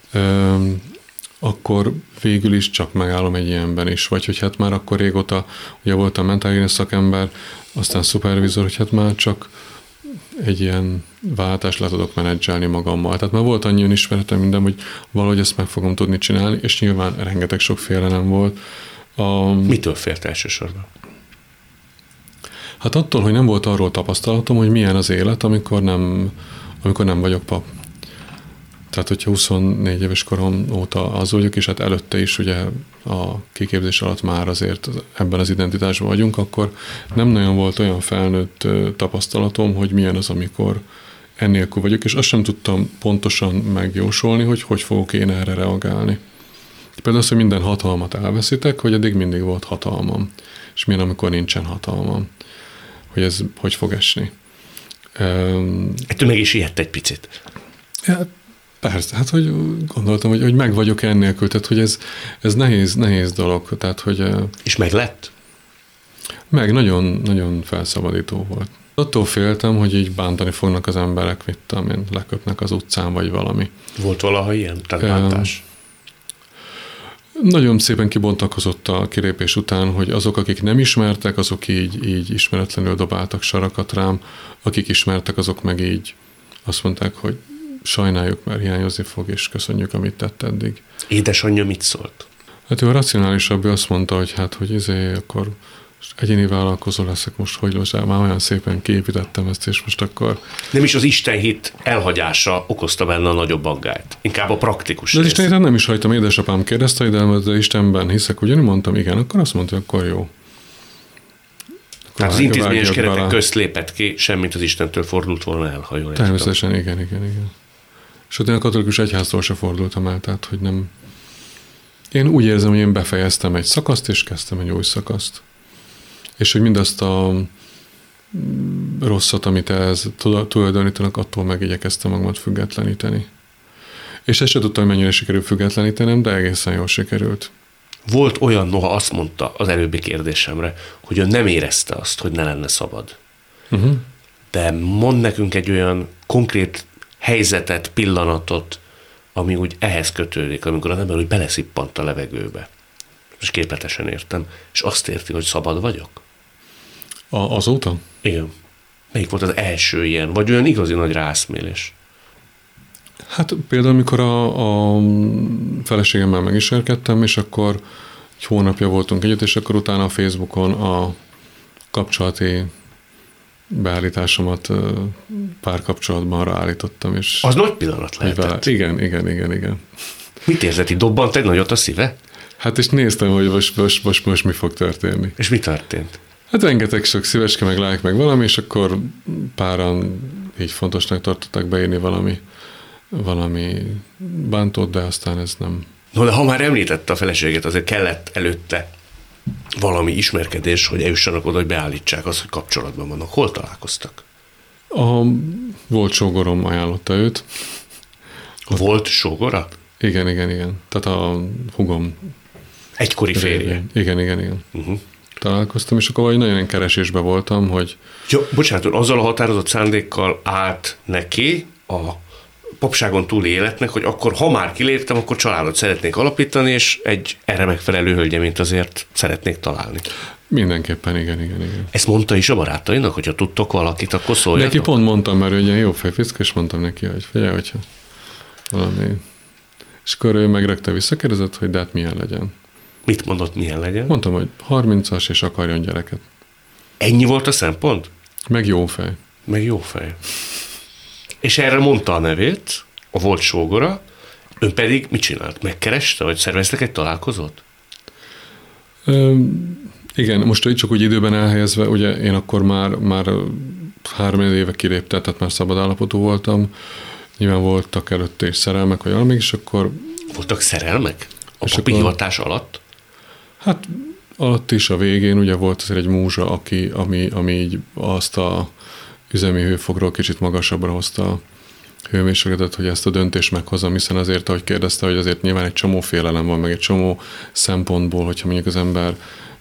akkor végül is csak megállom egy ilyenben is. Vagy hogy hát már akkor régóta, ugye voltam mentálhigiénés szakember, aztán szupervizor, hogy hát már csak egy ilyen váltást le tudok menedzselni magammal. Tehát már volt annyi önismeretem minden, hogy valahogy ezt meg fogom tudni csinálni, és nyilván rengeteg sok félelem volt. Mitől félt elsősorban? Hát attól, hogy nem volt arról tapasztalatom, hogy milyen az élet, amikor nem vagyok pap. Tehát, hogyha 24 éves korom óta az vagyok, és hát előtte is ugye a kiképzés alatt már azért ebben az identitásban vagyunk, akkor nem nagyon volt olyan felnőtt tapasztalatom, hogy milyen az, amikor ennélkül vagyok, és azt sem tudtam pontosan megjósolni, hogy fogok én erre reagálni. Például az, hogy minden hatalmat elveszítek, hogy eddig mindig volt hatalmam, és milyen, amikor nincsen hatalmam, hogy ez hogy fog esni. Ettől meg is ijedt egy picit. Hát, persze, hát hogy gondoltam, hogy meg vagyok ennélkül, tehát hogy ez nehéz dolog. Tehát, hogy, és meg lett? Meg nagyon, nagyon felszabadító volt. Attól féltem, hogy így bántani fognak az emberek, mit tudom én, leköpnek az utcán, vagy valami. Volt valaha ilyen? Tehát bántás? Nagyon szépen kibontakozott a kilépés után, hogy azok, akik nem ismertek, azok így ismeretlenül dobáltak sarakat rám, akik ismertek, azok meg így azt mondták, hogy sajnáljuk, mert hiányozni fog, és köszönjük, amit tett eddig. Édesanyja mit szólt? Hát ő a racionálisabb, ő azt mondta, hogy hát, hogy akkor egyéni vállalkozó leszek most, hogy már olyan szépen kiépítettem ezt, és most akkor... Nem is az istenhit elhagyása okozta benne a nagyobb aggályt. Inkább a praktikus rész. De az istenhitet nem is hagytam, édesapám kérdezte, de Istenben hiszek, ugyanúgy mondtam, igen, akkor azt mondta, hogy akkor jó. Tehát az intézményes keretek közt lépett ki, semmit az Istentől fordult volna el, ha jól értem. Természetesen, igen. És ott én a katolikus egyháztól se fordultam el, tehát hogy nem... Én úgy érzem, hogy én befejeztem egy szakaszt, és kezdtem egy új szakaszt. És hogy mindazt a rosszat, amit ez tulajdonítanak, attól meg igyekeztem magamat függetleníteni. És ezt se tudtam, hogy mennyire sikerül függetlenítenem, de egészen jól sikerült. Volt olyan, noha azt mondta az előbbi kérdésemre, hogy ő nem érezte azt, hogy ne lenne szabad. De mond nekünk egy olyan konkrét helyzetet, pillanatot, ami úgy ehhez kötődik, amikor az ember úgy beleszippant a levegőbe. És képletesen értem. És azt érti, hogy szabad vagyok? Azóta? Igen. Melyik volt az első ilyen? Vagy olyan igazi nagy rászmélés? Hát például, amikor a feleségemmel megismerkedtem, és akkor egy hónapja voltunk együtt, és akkor utána a Facebookon a kapcsolati beállításomat párkapcsolatban arra állítottam. És az nagy pillanat lehetett. Igen. Mit érzett, így dobbant egy nagyot a szíve? Hát és néztem, hogy most mi fog történni. És mi történt? Hát rengeteg sok szíveske, meg like, meg valami, és akkor páran így fontosnak tartották beírni valami bántót, de aztán ez nem. No, de ha már említette a feleséget, azért kellett előtte valami ismerkedés, hogy eljussanak oda, hogy beállítsák azt, hogy kapcsolatban vannak. Hol találkoztak? Volt sógorom ajánlotta őt. Volt sógora? Igen. Tehát a hugom. Egykori férje. Igen. Találkoztam, és akkor vagy nagyon keresésben voltam, hogy... Ja, bocsánat, azzal a határozott szándékkal állt neki a papságon túli életnek, hogy akkor, ha már kiléptem, akkor családot szeretnék alapítani, és egy erre megfelelő hölgyeményt azért szeretnék találni. Mindenképpen, igen. Ezt mondta is a barátainak, hogyha tudtok valakit, akkor szóljatok? Neki pont mondtam, mert ő egy ilyen jó fejfickó, és mondtam neki, hogy figyelj, hogyha valami... És akkor ő megrakta, visszakérdezett, hogy de hát milyen legyen. Mit mondott, milyen legyen? Mondtam, hogy 30-as, és akarjon gyereket. Ennyi volt a szempont? Meg jó fej. És erre mondta a nevét, a volt sógora, ön pedig mit csinált? Megkereste, vagy szerveztek egy találkozót? Igen, most csak úgy időben elhelyezve, ugye én akkor már 3 éve kiléptem, tehát már szabad állapotú voltam. Nyilván voltak előtte is szerelmek, vagy valami, és akkor... Voltak szerelmek? A papi hivatás alatt? Hát alatt is, a végén ugye volt azért egy múzsa, ami így azt a üzemi hőfokról kicsit magasabbra hozta a hőmérsékletet, hogy ezt a döntést meghozom, hiszen azért, ahogy kérdezte, hogy azért nyilván egy csomó félelem van, meg egy csomó szempontból, hogyha mondjuk az ember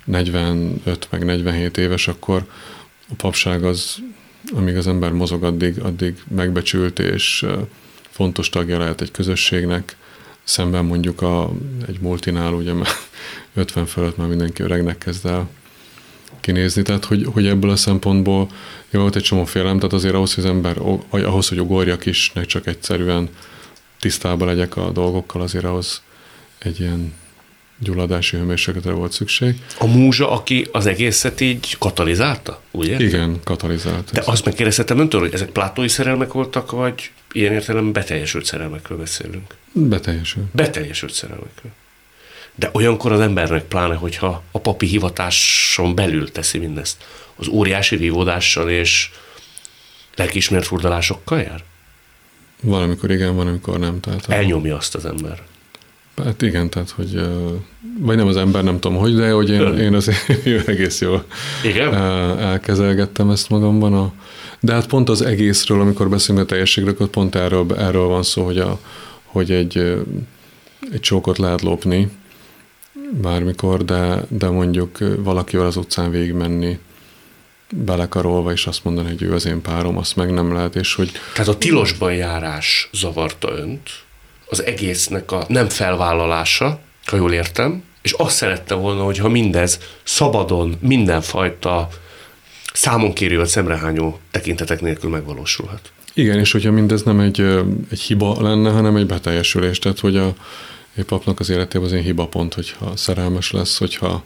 45 meg 47 éves, akkor a papság az, amíg az ember mozog, addig megbecsült, és fontos tagja lehet egy közösségnek, szemben mondjuk egy multinál, ugye már 50 fölött már mindenki öregnek kezd el kinézni, tehát hogy ebből a szempontból jó, volt egy csomó félelem, tehát azért ahhoz, hogy az ember, ahhoz, hogy ugorjak is, ne csak egyszerűen tisztában legyek a dolgokkal, azért ahhoz egy ilyen gyulladási hőmérsékletre volt szükség. A múzsa, aki az egészet így katalizálta, ugye? Igen, katalizálta. De azt megkérdezhetem öntől, hogy ezek plátói szerelmek voltak, vagy ilyen értelemben beteljesült szerelmekről beszélünk? Beteljesült szerelmekről. De olyankor az embernek, pláne, hogyha a papi hivatáson belül teszi mindezt, az óriási vívódással és lelkiismeret furdalásokkal jár? Valamikor igen, valamikor nem. Tehát elnyomja azt az ember. Hát igen, tehát, hogy vagy nem az ember, nem tudom hogy, de hogy én azért egész jól elkezelgettem ezt magamban. De hát pont az egészről, amikor beszélünk a teljességről, akkor pont erről van szó, hogy egy csókot lehet lopni bármikor, de mondjuk valakivel az utcán végigmenni belekarolva, és azt mondani, hogy ő az én párom, azt meg nem lehet, és hogy... Tehát a tilosban járás zavarta önt, az egésznek a nem felvállalása, ha jól értem, és azt szerette volna, hogyha mindez szabadon, mindenfajta számonkérő vagy szemrehányó tekintetek nélkül megvalósulhat. Igen, és hogyha mindez nem egy hiba lenne, hanem egy beteljesülés, tehát hogy egy papnak az életében az én hibapont, hogyha szerelmes lesz,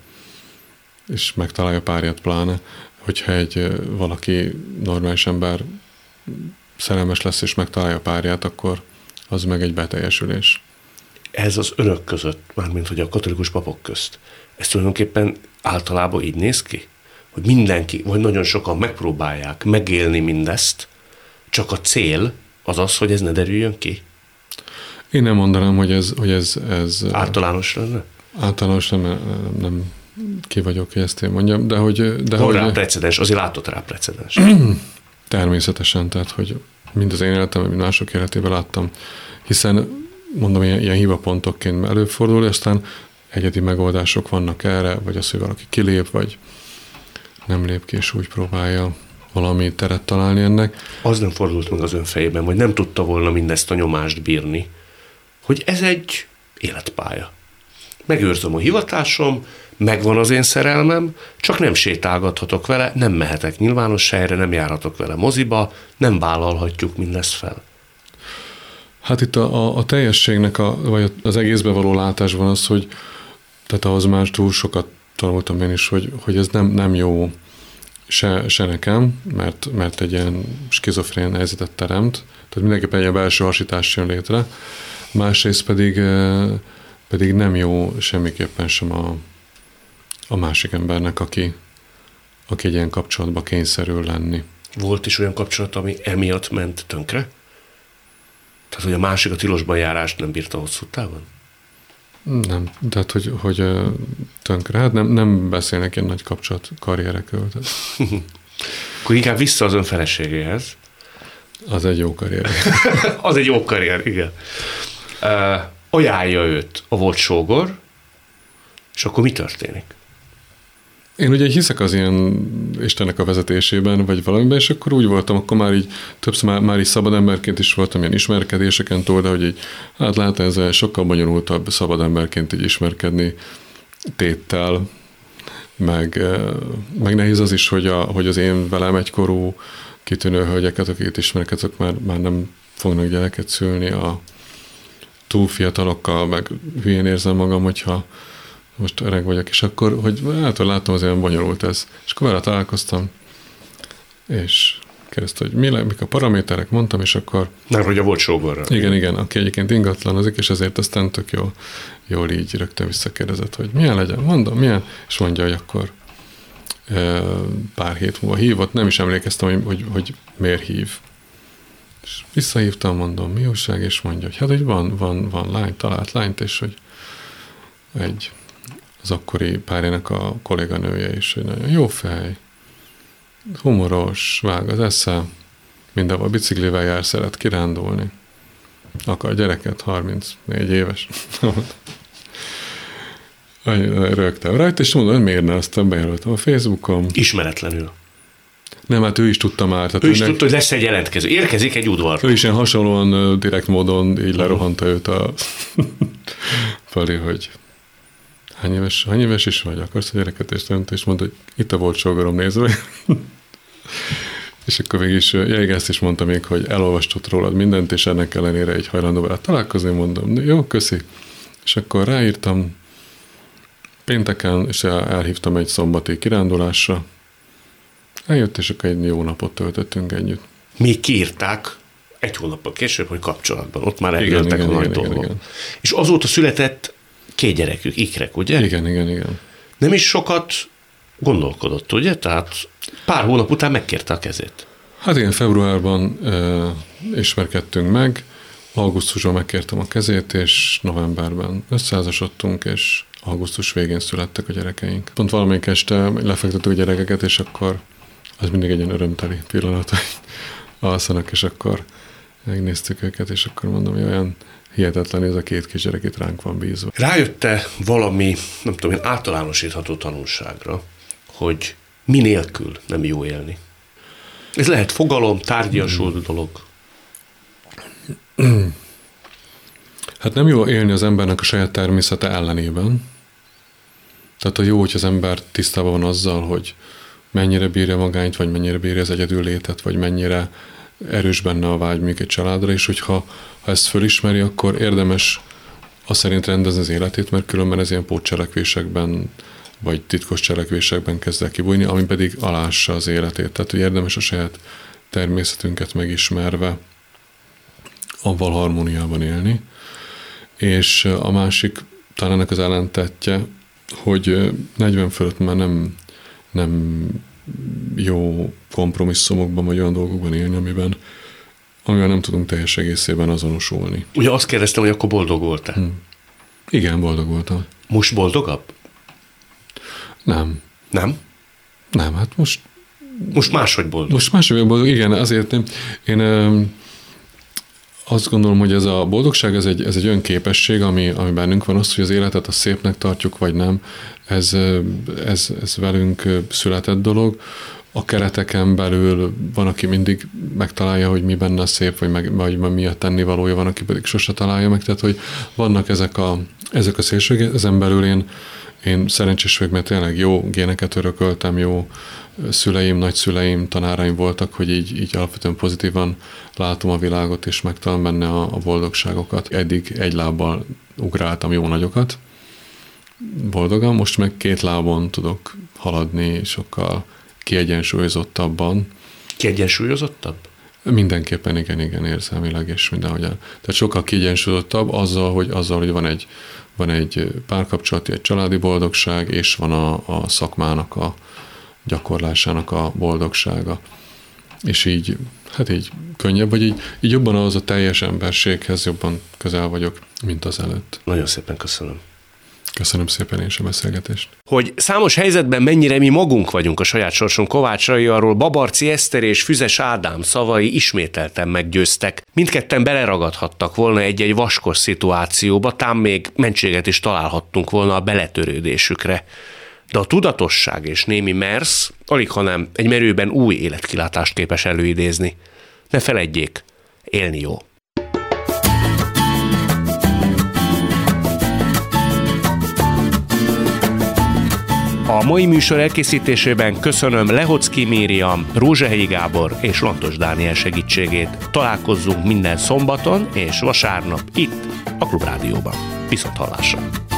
és megtalálja párját pláne, hogyha valaki normális ember szerelmes lesz és megtalálja párját, akkor az meg egy beteljesülés. Ez az önök között, mármint hogy a katolikus papok közt, ez tulajdonképpen általában így néz ki? hogy mindenki, vagy nagyon sokan megpróbálják megélni mindezt, csak a cél az, hogy ez ne derüljön ki? Én nem mondanám, hogy ez általános lenne? Általános nem ki vagyok, hogy ezt én mondjam, de hogy... Van rá precedens, azért látott rá precedens. Természetesen, tehát, hogy mind az én életem, mind mások életében láttam, hiszen mondom, ilyen hibapontokként előfordul, és aztán egyedi megoldások vannak erre, vagy az, hogy valaki kilép, vagy nem lép ki, és úgy próbálja valami teret találni ennek. Az nem fordult meg az ön fejében, hogy nem tudta volna mindezt a nyomást bírni, hogy ez egy életpálya. Megőrzöm a hivatásom, megvan az én szerelmem, csak nem sétálgathatok vele, nem mehetek nyilvános helyre, nem járhatok vele moziba, nem vállalhatjuk mindezt fel. Hát itt a teljességnek, vagy az egészbe való látásban az, hogy tehát ahhoz már túl sokat tanultam én is, hogy ez nem jó se nekem, mert egy ilyen skizofrén helyzetet teremt, tehát mindenképpen egy belső hasítás jön létre, másrészt pedig nem jó semmiképpen sem a másik embernek, aki egy ilyen kapcsolatba kényszerül lenni. Volt is olyan kapcsolat, ami emiatt ment tönkre? Tehát, hogy a másik a tilosban járást nem bírta hosszú távon? Nem, tehát, hogy tönkre. Hát nem beszélnek ilyen nagy kapcsolat karrierekről. Akkor inkább vissza az ön feleségéhez. Az egy jó karrier. Az egy jó karrier, igen. Ajánlja őt a volt sógor, és akkor mi történik? Én ugye hiszek az ilyen Istennek a vezetésében, vagy valamiben, és akkor úgy voltam, akkor már így többször már is szabad emberként is voltam ilyen ismerkedéseken túl, de hogy így, hát lehet ez sokkal bonyolultabb szabad emberként így ismerkedni téttel, meg nehéz az is, hogy az én velem egykorú kitűnő hölgyeket, akiket ismerkedek, már nem fognak gyereket szülni, a túl fiatalokkal, meg hülyén érzem magam, hogyha most öreg vagyok, és akkor, hogy láttam, az olyan bonyolult ez. És akkor vele találkoztam, és kérdezte, hogy mik a paraméterek, mondtam, és akkor... Nem, hogy a volt sógorra. Igen, aki egyébként ingatlanozik, és ezért aztán tök jól így rögtön visszakérdezett, hogy milyen legyen, mondom, milyen, és mondja, hogy akkor pár hét múlva hívott, nem is emlékeztem, hogy miért hív. És visszahívtam, mondom, mi újság, és mondja, hogy hát, hogy van lány, talált lányt, és hogy az akkori párjának a kolléganője is, hogy nagyon jó fej, humoros, vág az esze, mindenhol biciklivel jár, szeret kirándulni. Akar gyereket, 34 éves. Rögtem rajta, és mondom, hogy miért ne, aztán bejelöltem a Facebookon. Ismeretlenül. Nem, hát ő is tudta már. Tehát ő is tudta, hogy lesz egy jelentkező. Érkezik egy udvar. Ő is ilyen hasonlóan direkt módon így lerohanta őt felé, hogy hány éves is vagy, akarsz a gyereket, és mondta, hogy itt a volt sógorom, nézve. És akkor végig ezt is mondta még, hogy elolvastott rólad mindent, és ennek ellenére egy hajlandó vele találkozni, mondom, jó, köszi. És akkor ráírtam pénteken, és elhívtam egy szombati kirándulásra. Eljött, és akkor egy jó napot töltöttünk együtt. Még kiírták egy hónappal később, hogy kapcsolatban. Ott már eljöttek a nagy dolgok. És azóta született 2 gyerekük, ikrek, ugye? Igen. Nem is sokat gondolkodott, ugye? Tehát pár hónap után megkérte a kezét. Hát igen, februárban ismerkedtünk meg, augusztusban megkértem a kezét, és novemberben összeházasodtunk, és augusztus végén születtek a gyerekeink. Pont valamelyik este lefektettük a gyerekeket, és akkor az mindig egy ilyen örömteli pillanat, hogy alszanak, és akkor megnéztük őket, és akkor mondom, hogy olyan hihetetlen, ez a 2 kisgyerek itt ránk van bízva. Rájötte valami, nem tudom én, általánosítható tanulságra, hogy mi nélkül nem jó élni. Ez lehet fogalom, tárgyasult dolog. Hát nem jó élni az embernek a saját természete ellenében. Tehát a jó, hogy az ember tisztában van azzal, hogy mennyire bírja magányt, vagy mennyire bírja az egyedül létet, vagy mennyire erős benne a vágy még egy családra, és hogyha ezt fölismeri, akkor érdemes azt szerint rendezni az életét, mert különben ez ilyen pótcselekvésekben, vagy titkos cselekvésekben kezd el kibújni, ami pedig alássa az életét. Tehát, hogy érdemes a saját természetünket megismerve avval harmóniában élni. És a másik, talán ennek az ellentetje, hogy 40 fölött már nem nem jó kompromisszumokban vagy olyan dolgokban élni, amivel nem tudunk teljes egészében azonosulni. Ugye azt kérdeztem, hogy akkor boldog voltál? Igen, boldog voltam. Most boldogabb? Nem. Nem? Nem, hát most máshogy boldog. Most máshogy boldog, igen, azért én azt gondolom, hogy ez a boldogság, ez egy olyan képesség, ami bennünk van, az, hogy az életet a szépnek tartjuk, vagy nem, ez velünk született dolog. A kereteken belül van, aki mindig megtalálja, hogy mi benne a szép, vagy mi a tennivalója, van, aki pedig sose találja meg. Tehát, hogy vannak ezek a szélségek, ezen belül én szerencsés vagyok, mert tényleg jó géneket örököltem, jó szüleim, nagyszüleim, tanáraim voltak, hogy így alapvetően pozitívan látom a világot, és megtalálom benne a boldogságokat. Eddig egy lábbal ugráltam jó nagyokat, boldogan, most meg 2 lábon tudok haladni, sokkal kiegyensúlyozottabban. Kiegyensúlyozottabb? Mindenképpen igen, érzelmileg és mindenhogyan. Tehát sokkal kiegyensúlyozottabb azzal, hogy van egy párkapcsolati, egy családi boldogság, és van a szakmának, a gyakorlásának a boldogsága. És így könnyebb, vagy így jobban ahhoz a teljes emberséghez jobban közel vagyok, mint az előtt. Nagyon szépen köszönöm. Köszönöm szépen én is a beszélgetést. Hogy számos helyzetben mennyire mi magunk vagyunk a saját sorsunk kovácsai, arról Babarczy Eszter és Füzes Ádám szavai ismételten meggyőztek. Mindketten beleragadhattak volna egy vaskos szituációba, tám még mentséget is találhattunk volna a beletörődésükre. De a tudatosság és némi mersz alighanem egy merőben új életkilátást képes előidézni. Ne feledjék, élni jó. A mai műsor elkészítésében köszönöm Lehocki Miriam, Rózsahelyi Gábor és Lantos Dániel segítségét. Találkozzunk minden szombaton és vasárnap itt a Klubrádióban. Viszonthallásra!